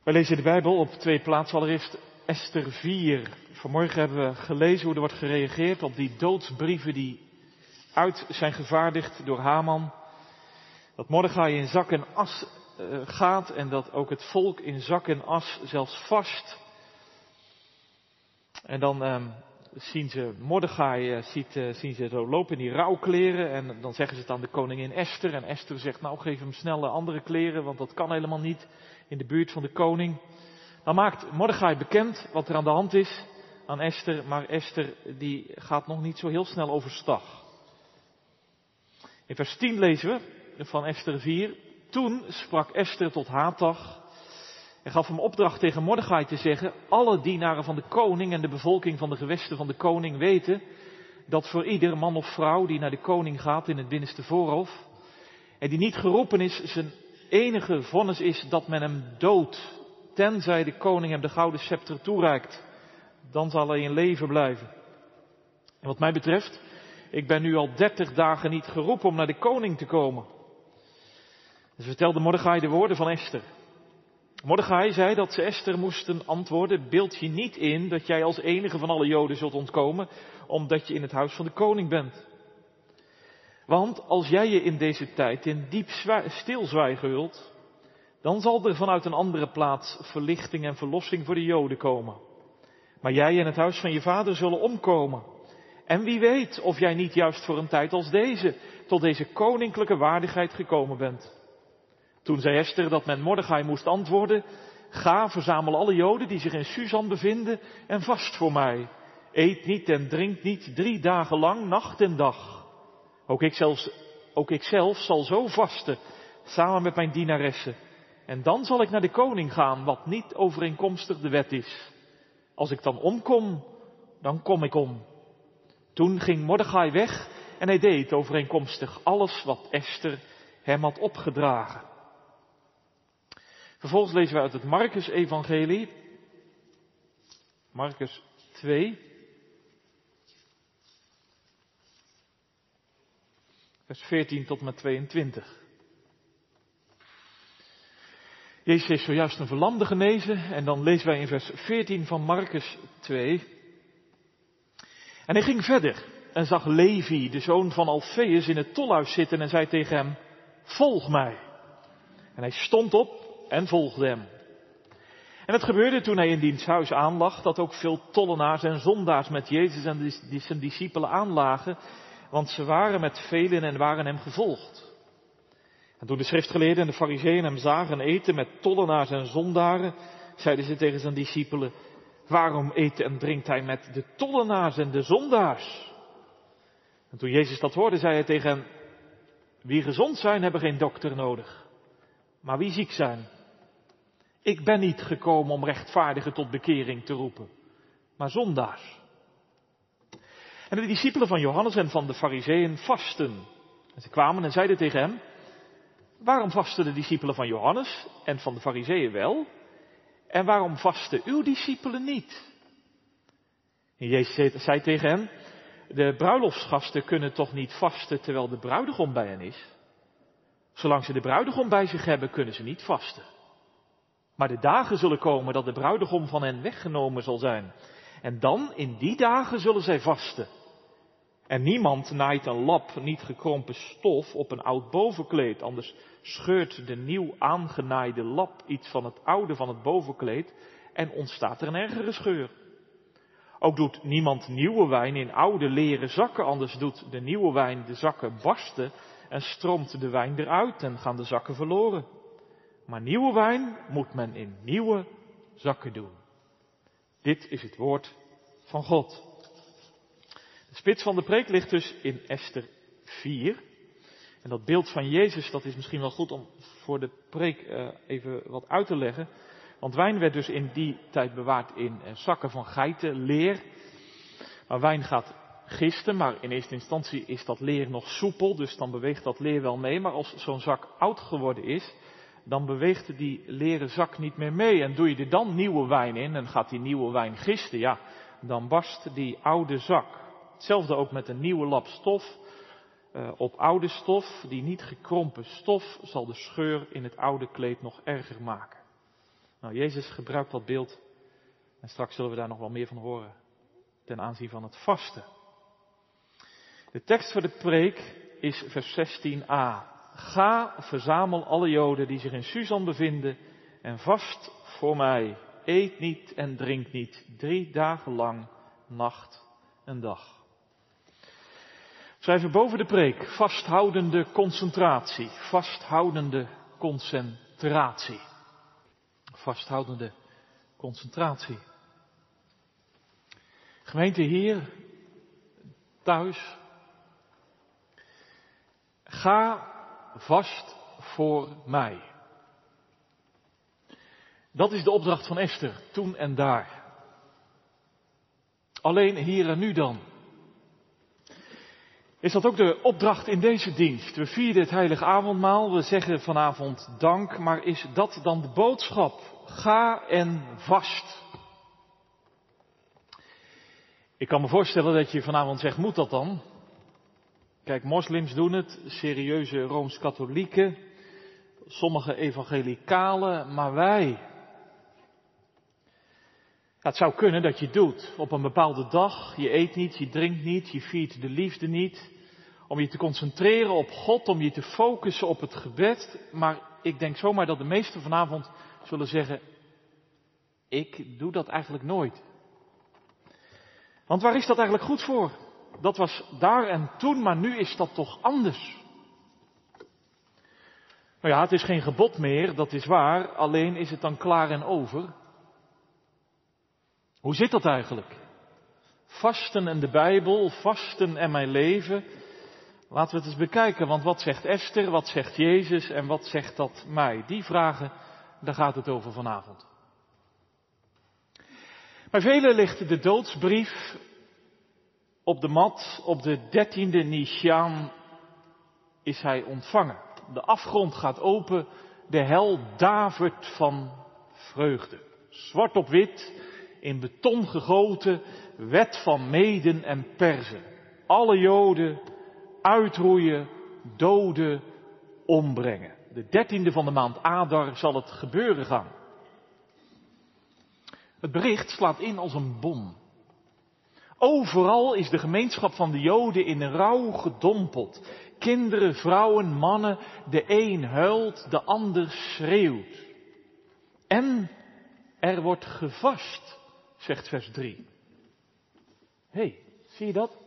Wij lezen de Bijbel op twee plaatsen. Allereerst Esther 4. Vanmorgen hebben we gelezen hoe er wordt gereageerd op die doodsbrieven die uit zijn gevaardigd door Haman. Dat Mordechai in zak en as gaat en dat ook het volk in zak en as zelfs vast. En dan zien ze Mordechai zien ze zo lopen in die rouwkleren en dan zeggen ze het aan de koningin Esther. En Esther zegt, nou geef hem snel andere kleren, want dat kan helemaal niet in de buurt van de koning. Dan maakt Mordechai bekend wat er aan de hand is aan Esther, maar Esther die gaat nog niet zo heel snel overstag. In vers 10 lezen we van Esther 4. Toen sprak Esther tot Hatach en gaf hem opdracht tegen Mordechai te zeggen: alle dienaren van de koning en de bevolking van de gewesten van de koning weten dat voor ieder man of vrouw die naar de koning gaat in het binnenste voorhof en die niet geroepen is, zijn enige vonnis is dat men hem doodt, tenzij de koning hem de gouden scepter toereikt. Dan zal hij in leven blijven. En wat mij betreft, ik ben nu al 30 dagen niet geroepen om naar de koning te komen. Dus vertelde Mordechai de woorden van Esther. Mordechai zei dat ze Esther moesten antwoorden: beeld je niet in dat jij als enige van alle Joden zult ontkomen, omdat je in het huis van de koning bent. Want als jij je in deze tijd in diep stilzwijgen hult, dan zal er vanuit een andere plaats verlichting en verlossing voor de Joden komen. Maar jij en het huis van je vader zullen omkomen. En wie weet of jij niet juist voor een tijd als deze tot deze koninklijke waardigheid gekomen bent. Toen zei Esther dat men Mordechai moest antwoorden: ga, verzamel alle Joden die zich in Susan bevinden en vast voor mij. Eet niet en drink niet 3 dagen lang, nacht en dag. Ook ik zelf zal zo vasten, samen met mijn dienaressen. En dan zal ik naar de koning gaan, wat niet overeenkomstig de wet is. Als ik dan omkom, dan kom ik om. Toen ging Mordechai weg en hij deed overeenkomstig alles wat Esther hem had opgedragen. Vervolgens lezen we uit het Markus-evangelie, Markus 2, vers 14 tot en met 22. Jezus heeft zojuist een verlamde genezen en dan lezen wij in vers 14 van Markus 2. En hij ging verder en zag Levi, de zoon van Alfeus, in het tolhuis zitten en zei tegen hem: volg mij. En hij stond op en volgde hem. En het gebeurde toen hij in diens huis aanlag, dat ook veel tollenaars en zondaars met Jezus en zijn discipelen aanlagen, want ze waren met velen en waren hem gevolgd. En toen de schriftgeleerden en de farizeeën hem zagen eten met tollenaars en zondaren, zeiden ze tegen zijn discipelen: waarom eet en drinkt hij met de tollenaars en de zondaars? En toen Jezus dat hoorde, zei hij tegen hen: wie gezond zijn, hebben geen dokter nodig, maar wie ziek zijn. Ik ben niet gekomen om rechtvaardigen tot bekering te roepen, maar zondaars. En de discipelen van Johannes en van de farizeeën vasten. En ze kwamen en zeiden tegen hem: waarom vasten de discipelen van Johannes en van de farizeeën wel? En waarom vasten uw discipelen niet? En Jezus zei tegen hen: de bruiloftsgasten kunnen toch niet vasten terwijl de bruidegom bij hen is? Zolang ze de bruidegom bij zich hebben, kunnen ze niet vasten. Maar de dagen zullen komen dat de bruidegom van hen weggenomen zal zijn. En dan, in die dagen, zullen zij vasten. En niemand naait een lap niet gekrompen stof op een oud bovenkleed, anders scheurt de nieuw aangenaaide lap iets van het oude van het bovenkleed en ontstaat er een ergere scheur. Ook doet niemand nieuwe wijn in oude leren zakken, anders doet de nieuwe wijn de zakken barsten en stroomt de wijn eruit en gaan de zakken verloren. Maar nieuwe wijn moet men in nieuwe zakken doen. Dit is het woord van God. De spits van de preek ligt dus in Esther 4. En dat beeld van Jezus, dat is misschien wel goed om voor de preek even wat uit te leggen. Want wijn werd dus in die tijd bewaard in zakken van geitenleer. Maar wijn gaat gisten, maar in eerste instantie is dat leer nog soepel, dus dan beweegt dat leer wel mee. Maar als zo'n zak oud geworden is, dan beweegt die leren zak niet meer mee. En doe je er dan nieuwe wijn in en gaat die nieuwe wijn gisten, ja, dan barst die oude zak. Hetzelfde ook met een nieuwe lap stof. Op oude stof, die niet gekrompen stof, zal de scheur in het oude kleed nog erger maken. Nou, Jezus gebruikt dat beeld en straks zullen we daar nog wel meer van horen ten aanzien van het vasten. De tekst voor de preek is vers 16a. Ga, verzamel alle Joden die zich in Susan bevinden en vast voor mij. Eet niet en drink niet, 3 dagen lang, nacht en dag. Schrijven boven de preek, vasthoudende concentratie, vasthoudende concentratie. Vasthoudende concentratie. Gemeente hier, thuis, ga vast voor mij. Dat is de opdracht van Esther, toen en daar. Alleen hier en nu dan. Is dat ook de opdracht in deze dienst? We vieren het heilige avondmaal, we zeggen vanavond dank, maar is dat dan de boodschap? Ga en vast. Ik kan me voorstellen dat je vanavond zegt, moet dat dan? Kijk, moslims doen het, serieuze Rooms-katholieken, sommige evangelicalen, maar wij. Ja, het zou kunnen dat je het doet op een bepaalde dag. Je eet niet, je drinkt niet, je viert de liefde niet. Om je te concentreren op God, om je te focussen op het gebed. Maar ik denk zomaar dat de meesten vanavond zullen zeggen, ik doe dat eigenlijk nooit. Want waar is dat eigenlijk goed voor? Dat was daar en toen, maar nu is dat toch anders. Nou ja, het is geen gebod meer, dat is waar, alleen is het dan klaar en over. Hoe zit dat eigenlijk? Vasten en de Bijbel, vasten en mijn leven. Laten we het eens bekijken, want wat zegt Esther, wat zegt Jezus en wat zegt dat mij? Die vragen, daar gaat het over vanavond. Bij velen ligt de doodsbrief op de mat, op de 13e Nisjaan is hij ontvangen. De afgrond gaat open, de hel davert van vreugde. Zwart op wit, in beton gegoten, wet van Meden en Perzen. Alle Joden uitroeien, doden, ombrengen. De 13e van de maand Adar zal het gebeuren gaan. Het bericht slaat in als een bom. Overal is de gemeenschap van de Joden in rouw gedompeld. Kinderen, vrouwen, mannen, de een huilt, de ander schreeuwt. En er wordt gevast, zegt vers 3. Hé, zie je dat?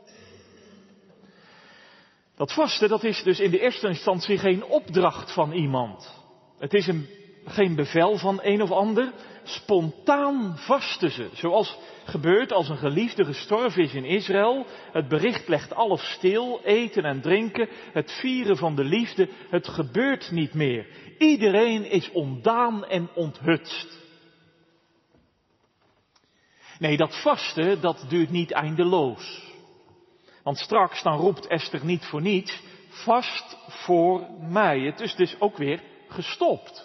Dat vasten, dat is dus in de eerste instantie geen opdracht van iemand. Het is geen bevel van een of ander. Spontaan vasten ze, zoals gebeurt als een geliefde gestorven is in Israël. Het bericht legt alles stil, eten en drinken, het vieren van de liefde, het gebeurt niet meer. Iedereen is ontdaan en onthutst. Nee, dat vasten, dat duurt niet eindeloos. Want straks dan roept Esther niet voor niets, vast voor mij. Het is dus ook weer gestopt.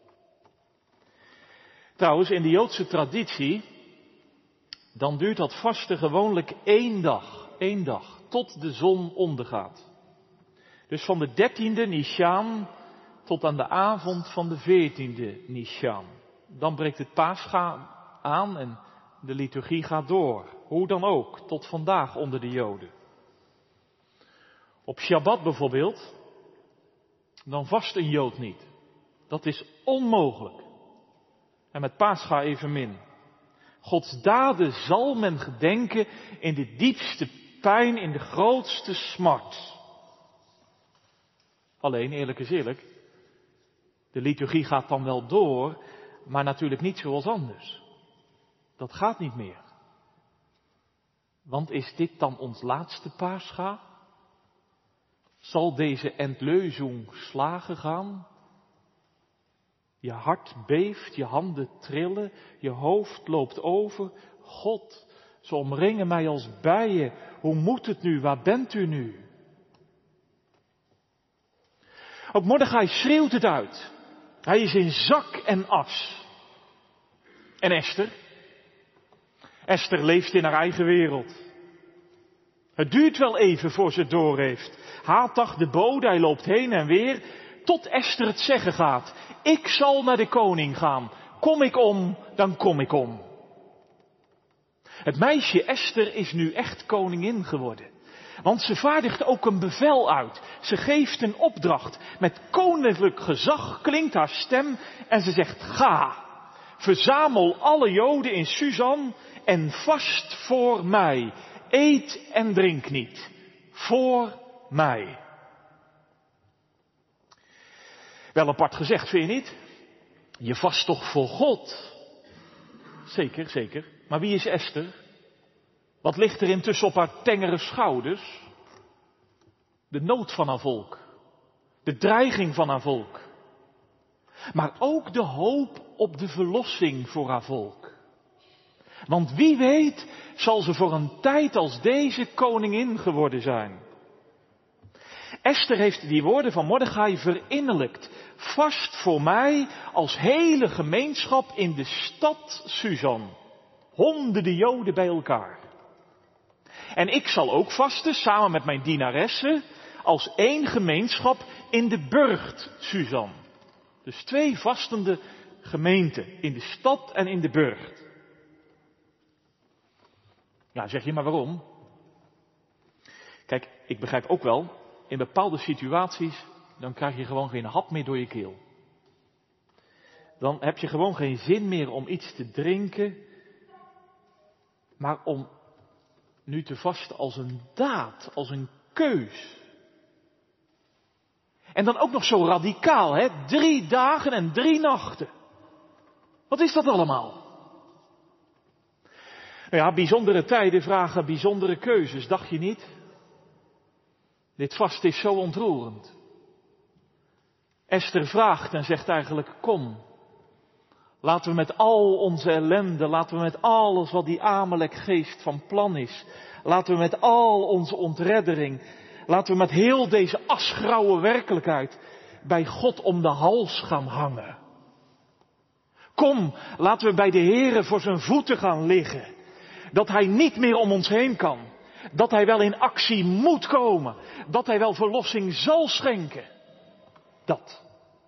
Trouwens, in de Joodse traditie, dan duurt dat vasten gewoonlijk 1 dag, tot de zon ondergaat. Dus van de 13e Nisjaan tot aan de avond van de 14e Nisjaan. Dan breekt het Pascha aan en de liturgie gaat door. Hoe dan ook, tot vandaag onder de Joden. Op Shabbat bijvoorbeeld, dan vast een Jood niet. Dat is onmogelijk. En met Pascha evenmin. Gods daden zal men gedenken in de diepste pijn, in de grootste smart. Alleen, eerlijk is eerlijk, de liturgie gaat dan wel door, maar natuurlijk niet zoals anders. Dat gaat niet meer. Want is dit dan ons laatste Pascha? Zal deze Endleusung slagen gaan? Je hart beeft, je handen trillen, je hoofd loopt over. God, ze omringen mij als bijen. Hoe moet het nu? Waar bent u nu? Ook Mordechai schreeuwt het uit. Hij is in zak en as. En Esther? Esther leeft in haar eigen wereld. Het duurt wel even voor ze het door heeft. Hatach de bode, hij loopt heen en weer, tot Esther het zeggen gaat. Ik zal naar de koning gaan. kom ik om, dan kom ik om. Het meisje Esther is nu echt koningin geworden. Want ze vaardigt ook een bevel uit. Ze geeft een opdracht. Met koninklijk gezag klinkt haar stem en ze zegt: ga, verzamel alle Joden in Susan en vast voor mij. Eet en drink niet. Voor mij. Wel apart gezegd, vind je niet? Je vast toch voor God? Zeker, zeker. Maar wie is Esther? Wat ligt er intussen op haar tengere schouders? De nood van haar volk. De dreiging van haar volk. Maar ook de hoop op de verlossing voor haar volk. Want wie weet zal ze voor een tijd als deze koningin geworden zijn. Esther heeft die woorden van Mordechai verinnerlijkt. Vast voor mij als hele gemeenschap in de stad Susan. Honderden Joden bij elkaar. En ik zal ook vasten samen met mijn dienaressen als één gemeenschap in de burcht Susan. Dus 2 vastende gemeenten in de stad en in de burcht. Ja, zeg je maar waarom? Kijk, ik begrijp ook wel, in bepaalde situaties, dan krijg je gewoon geen hap meer door je keel. Dan heb je gewoon geen zin meer om iets te drinken, maar om nu te vasten als een daad, als een keus. En dan ook nog zo radicaal, hè? 3 dagen en 3 nachten. Wat is dat allemaal? Nou ja, bijzondere tijden vragen bijzondere keuzes, dacht je niet? Dit vast is zo ontroerend. Esther vraagt en zegt eigenlijk: kom, laten we met al onze ellende, laten we met alles wat die Amalek-geest van plan is, laten we met al onze ontreddering, laten we met heel deze asgrauwe werkelijkheid bij God om de hals gaan hangen. Kom, laten we bij de Heere voor zijn voeten gaan liggen. Dat Hij niet meer om ons heen kan. Dat Hij wel in actie moet komen. Dat Hij wel verlossing zal schenken. Dat.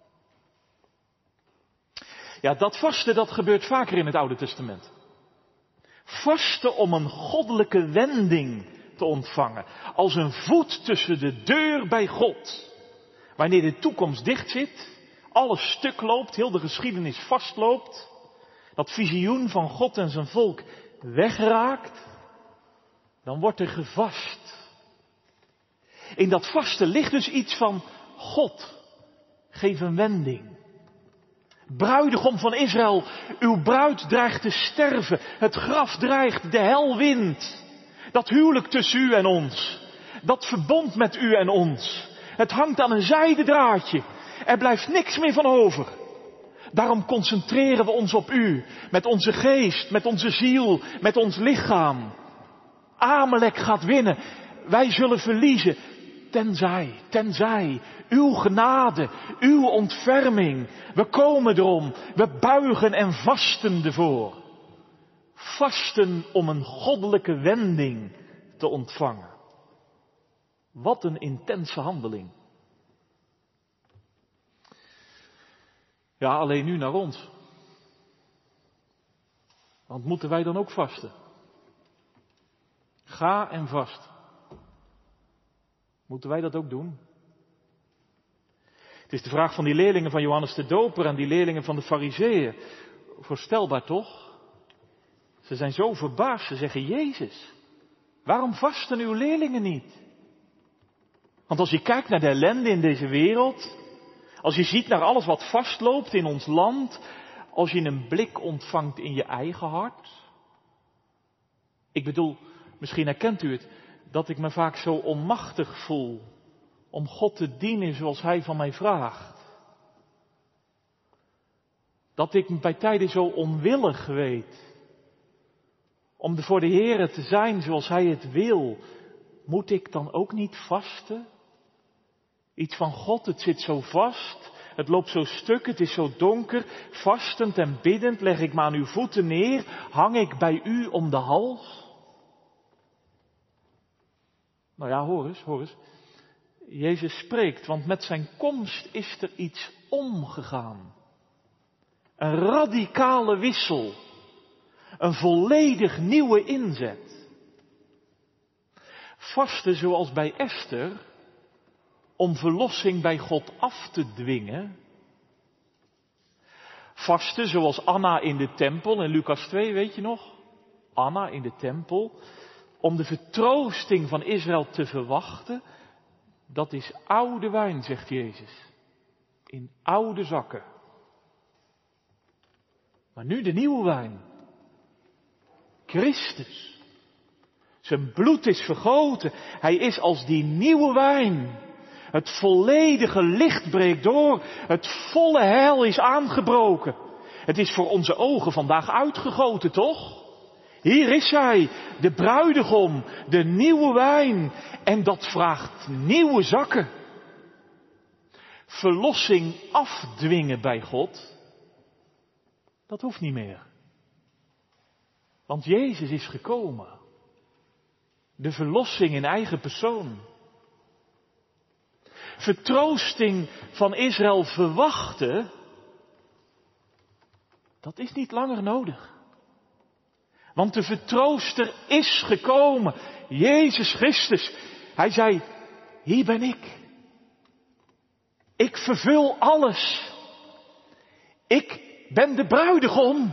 Ja, dat vasten, dat gebeurt vaker in het Oude Testament. Vasten om een goddelijke wending te ontvangen. Als een voet tussen de deur bij God. Wanneer de toekomst dicht zit, alles stuk loopt, heel de geschiedenis vastloopt. Dat visioen van God en zijn volk wegraakt. Dan wordt er gevast. In dat vasten ligt dus iets van: God, geef een wending. Bruidegom van Israël, uw bruid dreigt te sterven. Het graf dreigt, de hel wint. Dat huwelijk tussen u en ons. Dat verbond met u en ons. Het hangt aan een zijden draadje. Er blijft niks meer van over. Daarom concentreren we ons op u. Met onze geest, met onze ziel, met ons lichaam. Amalek gaat winnen. Wij zullen verliezen. Tenzij, uw genade, uw ontferming. We komen erom. We buigen en vasten ervoor. Vasten om een goddelijke wending te ontvangen. Wat een intense handeling. Ja, alleen nu naar ons. Want moeten wij dan ook vasten? Ga en vast. Moeten wij dat ook doen? Het is de vraag van die leerlingen van Johannes de Doper en die leerlingen van de Farizeeën. Voorstelbaar toch? Ze zijn zo verbaasd, ze zeggen: Jezus, waarom vasten uw leerlingen niet? Want als je kijkt naar de ellende in deze wereld, als je ziet naar alles wat vastloopt in ons land, als je een blik ontvangt in je eigen hart. Ik bedoel, misschien herkent u het, dat ik me vaak zo onmachtig voel om God te dienen zoals Hij van mij vraagt. Dat ik me bij tijden zo onwillig weet om er voor de Heere te zijn zoals Hij het wil. Moet ik dan ook niet vasten? Iets van God, het zit zo vast, het loopt zo stuk, het is zo donker. Vastend en biddend leg ik me aan uw voeten neer, hang ik bij u om de hals. Nou ja, hoor eens. Jezus spreekt, want met zijn komst is er iets omgegaan. Een radicale wissel. Een volledig nieuwe inzet. Vasten zoals bij Esther, om verlossing bij God af te dwingen. Vasten zoals Anna in de tempel, in Lucas 2, weet je nog? Anna in de tempel, om de vertroosting van Israël te verwachten. Dat is oude wijn, zegt Jezus. In oude zakken. Maar nu de nieuwe wijn. Christus. Zijn bloed is vergoten. Hij is als die nieuwe wijn. Het volledige licht breekt door. Het volle heil is aangebroken. Het is voor onze ogen vandaag uitgegoten, toch? Hier is hij, de bruidegom, de nieuwe wijn. En dat vraagt nieuwe zakken. Verlossing afdwingen bij God, dat hoeft niet meer. Want Jezus is gekomen. De verlossing in eigen persoon. Vertroosting van Israël verwachten, dat is niet langer nodig. Want de vertrooster is gekomen. Jezus Christus. Hij zei, hier ben ik. Ik vervul alles. Ik ben de bruidegom.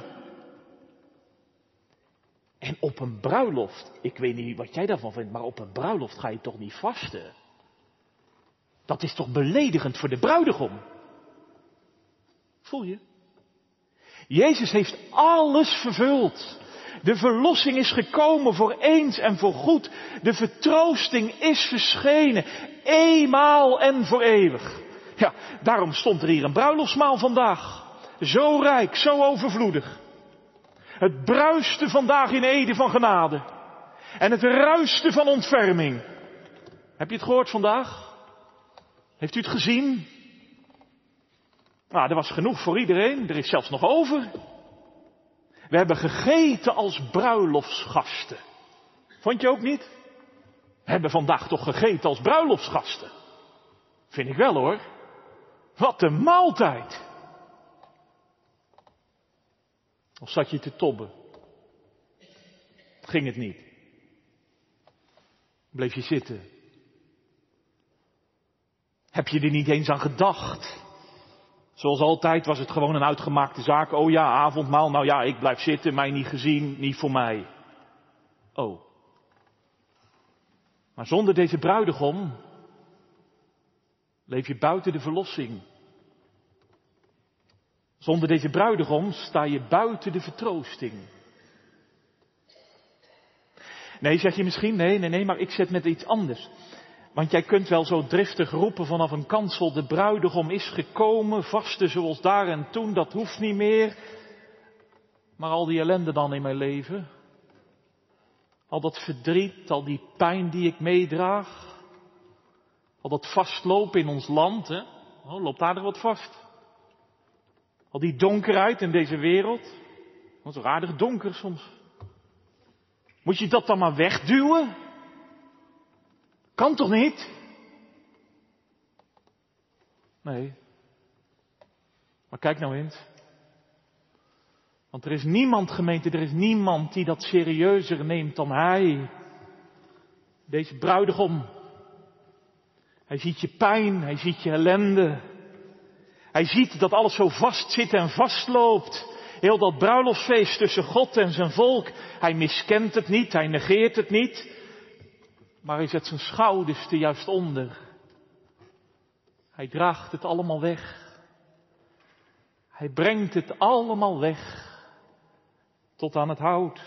En op een bruiloft, ik weet niet wat jij daarvan vindt, maar op een bruiloft ga je toch niet vasten? Dat is toch beledigend voor de bruidegom? Voel je? Jezus heeft alles vervuld. De verlossing is gekomen voor eens en voor goed. De vertroosting is verschenen. Eenmaal en voor eeuwig. Ja, daarom stond er hier een bruiloftsmaal vandaag. Zo rijk, zo overvloedig. Het bruiste vandaag in Ede van genade. En het ruiste van ontferming. Heb je het gehoord vandaag? Heeft u het gezien? Nou, er was genoeg voor iedereen. Er is zelfs nog over. We hebben gegeten als bruiloftsgasten. Vond je ook niet? We hebben vandaag toch gegeten als bruiloftsgasten. Vind ik wel hoor. Wat een maaltijd. Of zat je te tobben? Ging het niet? Bleef je zitten? Heb je er niet eens aan gedacht? Zoals altijd was het gewoon een uitgemaakte zaak. Oh ja, avondmaal. Nou ja, ik blijf zitten. Mij niet gezien. Niet voor mij. Oh. Maar zonder deze bruidegom leef je buiten de verlossing. Zonder deze bruidegom sta je buiten de vertroosting. Nee, zeg je misschien. Nee, maar ik zet met iets anders. Want jij kunt wel zo driftig roepen vanaf een kansel, de bruidegom is gekomen, vasten zoals daar en toen, dat hoeft niet meer. Maar al die ellende dan in mijn leven, al dat verdriet, al die pijn die ik meedraag, al dat vastlopen in ons land, hè? Oh, loopt aardig wat vast. Al die donkerheid in deze wereld, wat is aardig donker soms. Moet je dat dan maar wegduwen? Kan toch niet? Nee. Maar kijk nou eens. Want er is niemand, gemeente, er is niemand die dat serieuzer neemt dan hij. Deze bruidegom. Hij ziet je pijn, hij ziet je ellende. Hij ziet dat alles zo vast zit en vastloopt. Heel dat bruiloftsfeest tussen God en zijn volk. Hij miskent het niet, hij negeert het niet. Maar hij zet zijn schouders er juist onder. Hij draagt het allemaal weg. Hij brengt het allemaal weg. Tot aan het hout.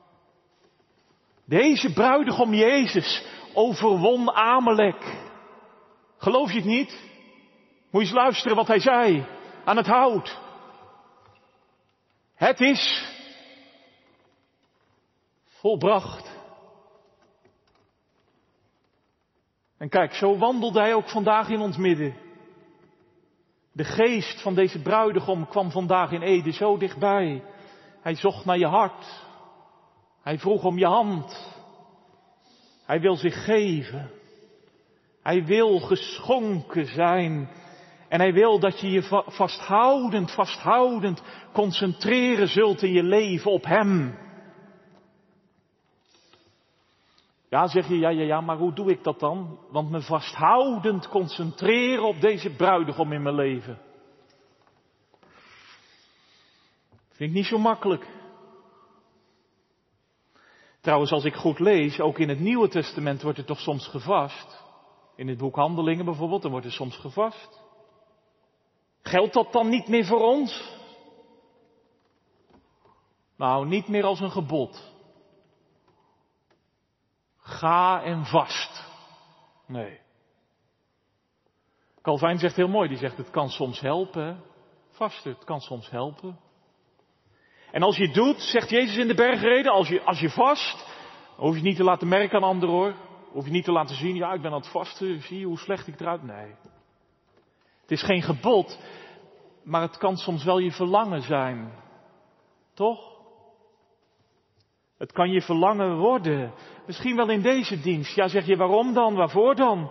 Deze bruidegom Jezus overwon Amalek. Geloof je het niet? Moet je eens luisteren wat hij zei. Aan het hout. Het is volbracht. En kijk, zo wandelde hij ook vandaag in ons midden. De geest van deze bruidegom kwam vandaag in Ede zo dichtbij. Hij zocht naar je hart. Hij vroeg om je hand. Hij wil zich geven. Hij wil geschonken zijn. En hij wil dat je je vasthoudend concentreren zult in je leven op hem. Ja, zeg je, ja, maar hoe doe ik dat dan? Want me vasthoudend concentreren op deze bruidegom in mijn leven. Vind ik niet zo makkelijk. Trouwens, als ik goed lees, ook in het Nieuwe Testament wordt er toch soms gevast. In het boek Handelingen bijvoorbeeld, dan wordt er soms gevast. Geldt dat dan niet meer voor ons? Nou, niet meer als een gebod. Ga en vast. Nee. Calvijn zegt heel mooi, die zegt het kan soms helpen. Vasten, het kan soms helpen. En als je het doet, zegt Jezus in de bergreden, als je vast, hoef je niet te laten merken aan anderen hoor. Hoef je niet te laten zien, ja ik ben aan het vasten, zie je hoe slecht ik eruit? Nee. Het is geen gebod, maar het kan soms wel je verlangen zijn. Toch? Het kan je verlangen worden. Misschien wel in deze dienst. Ja, zeg je waarom dan? Waarvoor dan?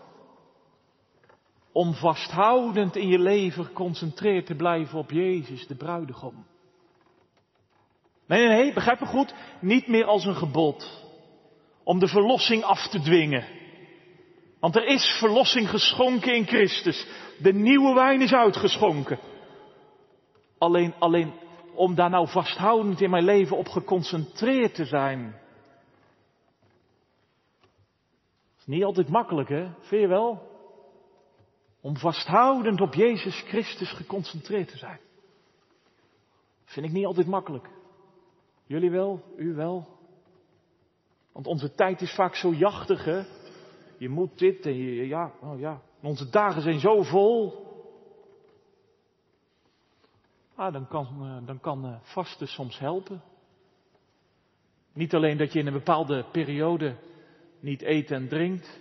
Om vasthoudend in je leven geconcentreerd te blijven op Jezus, de bruidegom. Nee, begrijp me goed. Niet meer als een gebod. Om de verlossing af te dwingen. Want er is verlossing geschonken in Christus. De nieuwe wijn is uitgeschonken. Alleen om daar nou vasthoudend in mijn leven op geconcentreerd te zijn. Dat is niet altijd makkelijk, hè? Vind je wel? Om vasthoudend op Jezus Christus geconcentreerd te zijn. Vind ik niet altijd makkelijk. Jullie wel? U wel? Want onze tijd is vaak zo jachtig, hè? Je moet dit en ja. Onze dagen zijn zo vol. Dan kan vasten soms helpen. Niet alleen dat je in een bepaalde periode niet eet en drinkt.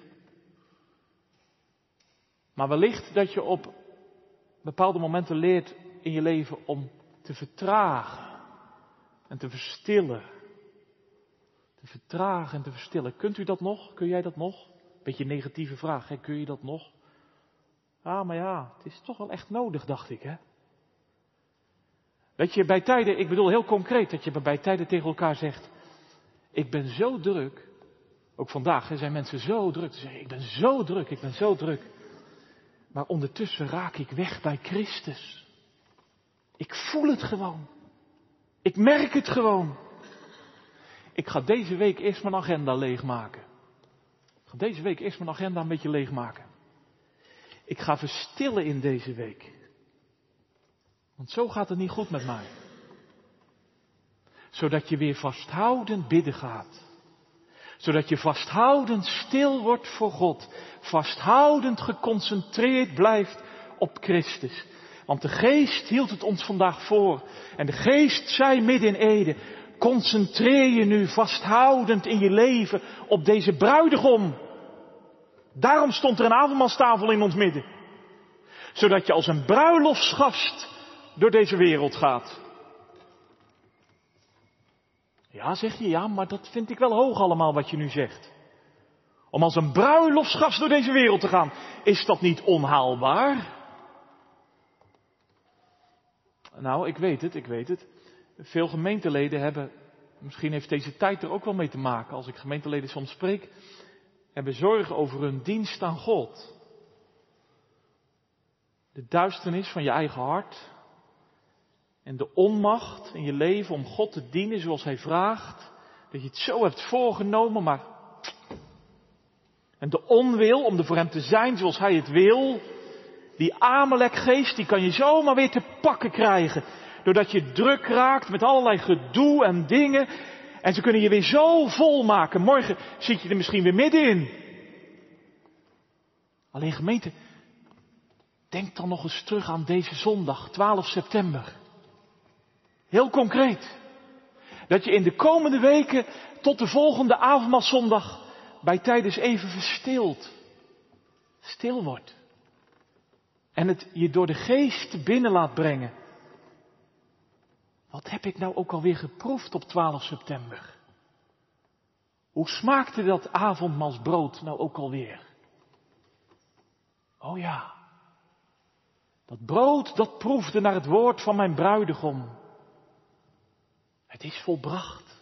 Maar wellicht dat je op bepaalde momenten leert in je leven om te vertragen. En te verstillen. Te vertragen en te verstillen. Kunt u dat nog? Kun jij dat nog? Beetje een negatieve vraag, hè? Kun je dat nog? Maar ja, het is toch wel echt nodig, dacht ik, hè? Dat je bij tijden, ik bedoel heel concreet, dat je bij tijden tegen elkaar zegt, ik ben zo druk. Ook vandaag zijn mensen zo druk. Ze zeggen, ik ben zo druk. Maar ondertussen raak ik weg bij Christus. Ik voel het gewoon. Ik merk het gewoon. Ik ga deze week eerst mijn agenda leegmaken. Een beetje leegmaken. Ik ga verstillen in deze week. Want zo gaat het niet goed met mij. Zodat je weer vasthoudend bidden gaat. Zodat je vasthoudend stil wordt voor God. Vasthoudend geconcentreerd blijft op Christus. Want de Geest hield het ons vandaag voor. En de Geest zei midden in Ede, concentreer je nu vasthoudend in je leven op deze bruidegom. Daarom stond er een avondmaalstafel in ons midden. Zodat je als een bruiloftsgast door deze wereld gaat. Ja, zeg je, ja, maar dat vind ik wel hoog allemaal wat je nu zegt. Om als een bruiloftsgast door deze wereld te gaan, is dat niet onhaalbaar? Nou, ik weet het. Veel gemeenteleden hebben, misschien heeft deze tijd er ook wel mee te maken, als ik gemeenteleden soms spreek, hebben zorgen over hun dienst aan God. De duisternis van je eigen hart en de onmacht in je leven om God te dienen zoals Hij vraagt, dat je het zo hebt voorgenomen, maar en de onwil om er voor Hem te zijn zoals Hij het wil, die Amalekgeest, die kan je zomaar weer te pakken krijgen. Doordat je druk raakt met allerlei gedoe en dingen. En ze kunnen je weer zo vol maken. Morgen zit je er misschien weer middenin. Alleen gemeente, denk dan nog eens terug aan deze zondag, 12 september. Heel concreet. Dat je in de komende weken tot de volgende avondmaalszondag bij tijdens even verstilt. Stil wordt. En het je door de Geest binnen laat brengen. Wat heb ik nou ook alweer geproefd op 12 september? Hoe smaakte dat avondmaalsbrood nou ook alweer? Oh ja. Dat brood dat proefde naar het woord van mijn bruidegom. Het is volbracht.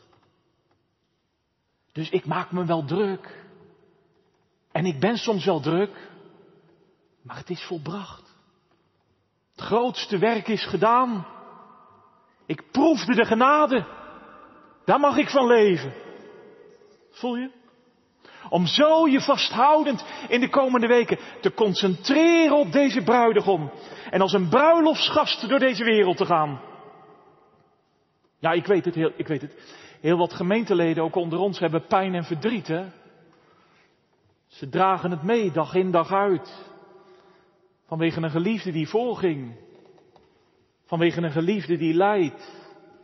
Dus ik maak me wel druk. En ik ben soms wel druk. Maar het is volbracht. Het grootste werk is gedaan. Ik proefde de genade. Daar mag ik van leven. Voel je? Om zo je vasthoudend in de komende weken te concentreren op deze bruidegom. En als een bruiloftsgast door deze wereld te gaan. Ja, ik weet het. Heel wat gemeenteleden, ook onder ons, hebben pijn en verdriet, hè. Ze dragen het mee, dag in, dag uit. Vanwege een geliefde die voorging. Vanwege een geliefde die lijdt.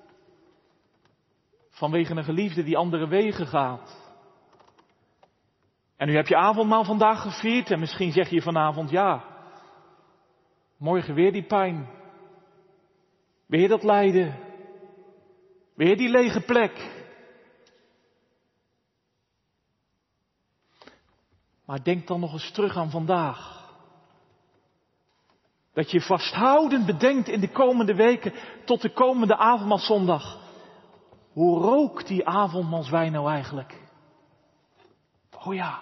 Vanwege een geliefde die andere wegen gaat. En nu heb je avondmaal vandaag gevierd en misschien zeg je vanavond ja. Morgen weer die pijn. Weer dat lijden. Weer die lege plek. Maar denk dan nog eens terug aan vandaag. Dat je vasthoudend bedenkt in de komende weken tot de komende avondmaalszondag. Hoe rookt die avondmaalswijn nou eigenlijk? Oh ja.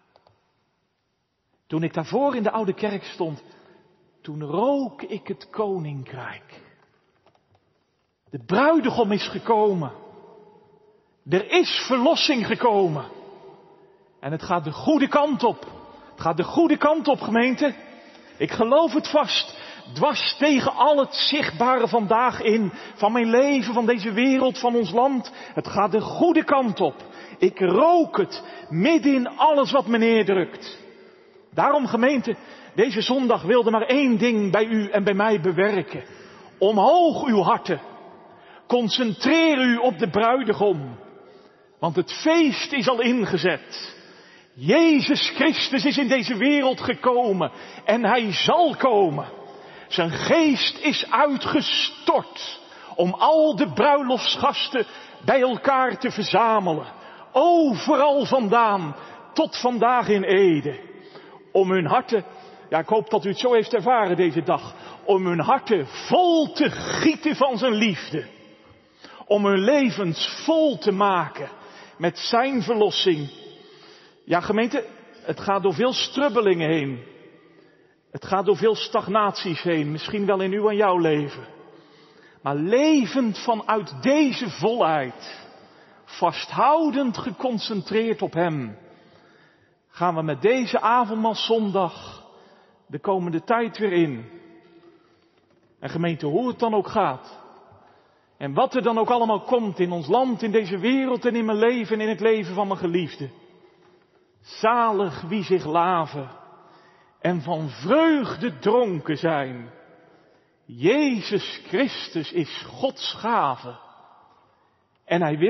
Toen ik daarvoor in de oude kerk stond, toen rook ik het koninkrijk. De bruidegom is gekomen. Er is verlossing gekomen. En het gaat de goede kant op. Het gaat de goede kant op, gemeente. Ik geloof het vast. Dwars tegen al het zichtbare vandaag in. Van mijn leven, van deze wereld, van ons land. Het gaat de goede kant op. Ik rook het midden in alles wat me neerdrukt. Daarom, gemeente, deze zondag wilde maar één ding bij u en bij mij bewerken. Omhoog uw harten. Concentreer u op de bruidegom. Want het feest is al ingezet. Jezus Christus is in deze wereld gekomen. En hij zal komen. Zijn geest is uitgestort. Om al de bruiloftsgasten bij elkaar te verzamelen. Overal vandaan. Tot vandaag in Ede. Om hun harten, ja, ik hoop dat u het zo heeft ervaren deze dag. Om hun harten vol te gieten van zijn liefde. Om hun levens vol te maken met zijn verlossing. Ja, gemeente, het gaat door veel strubbelingen heen. Het gaat door veel stagnaties heen. Misschien wel in uw en jouw leven. Maar levend vanuit deze volheid. Vasthoudend geconcentreerd op hem. Gaan we met deze avondmaalszondag de komende tijd weer in. En gemeente, hoe het dan ook gaat. En wat er dan ook allemaal komt in ons land, in deze wereld en in mijn leven en in het leven van mijn geliefde. Zalig wie zich laven en van vreugde dronken zijn. Jezus Christus is Gods gave. En hij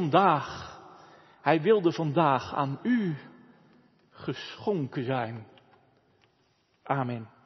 wilde vandaag aan u geschonken zijn. Amen.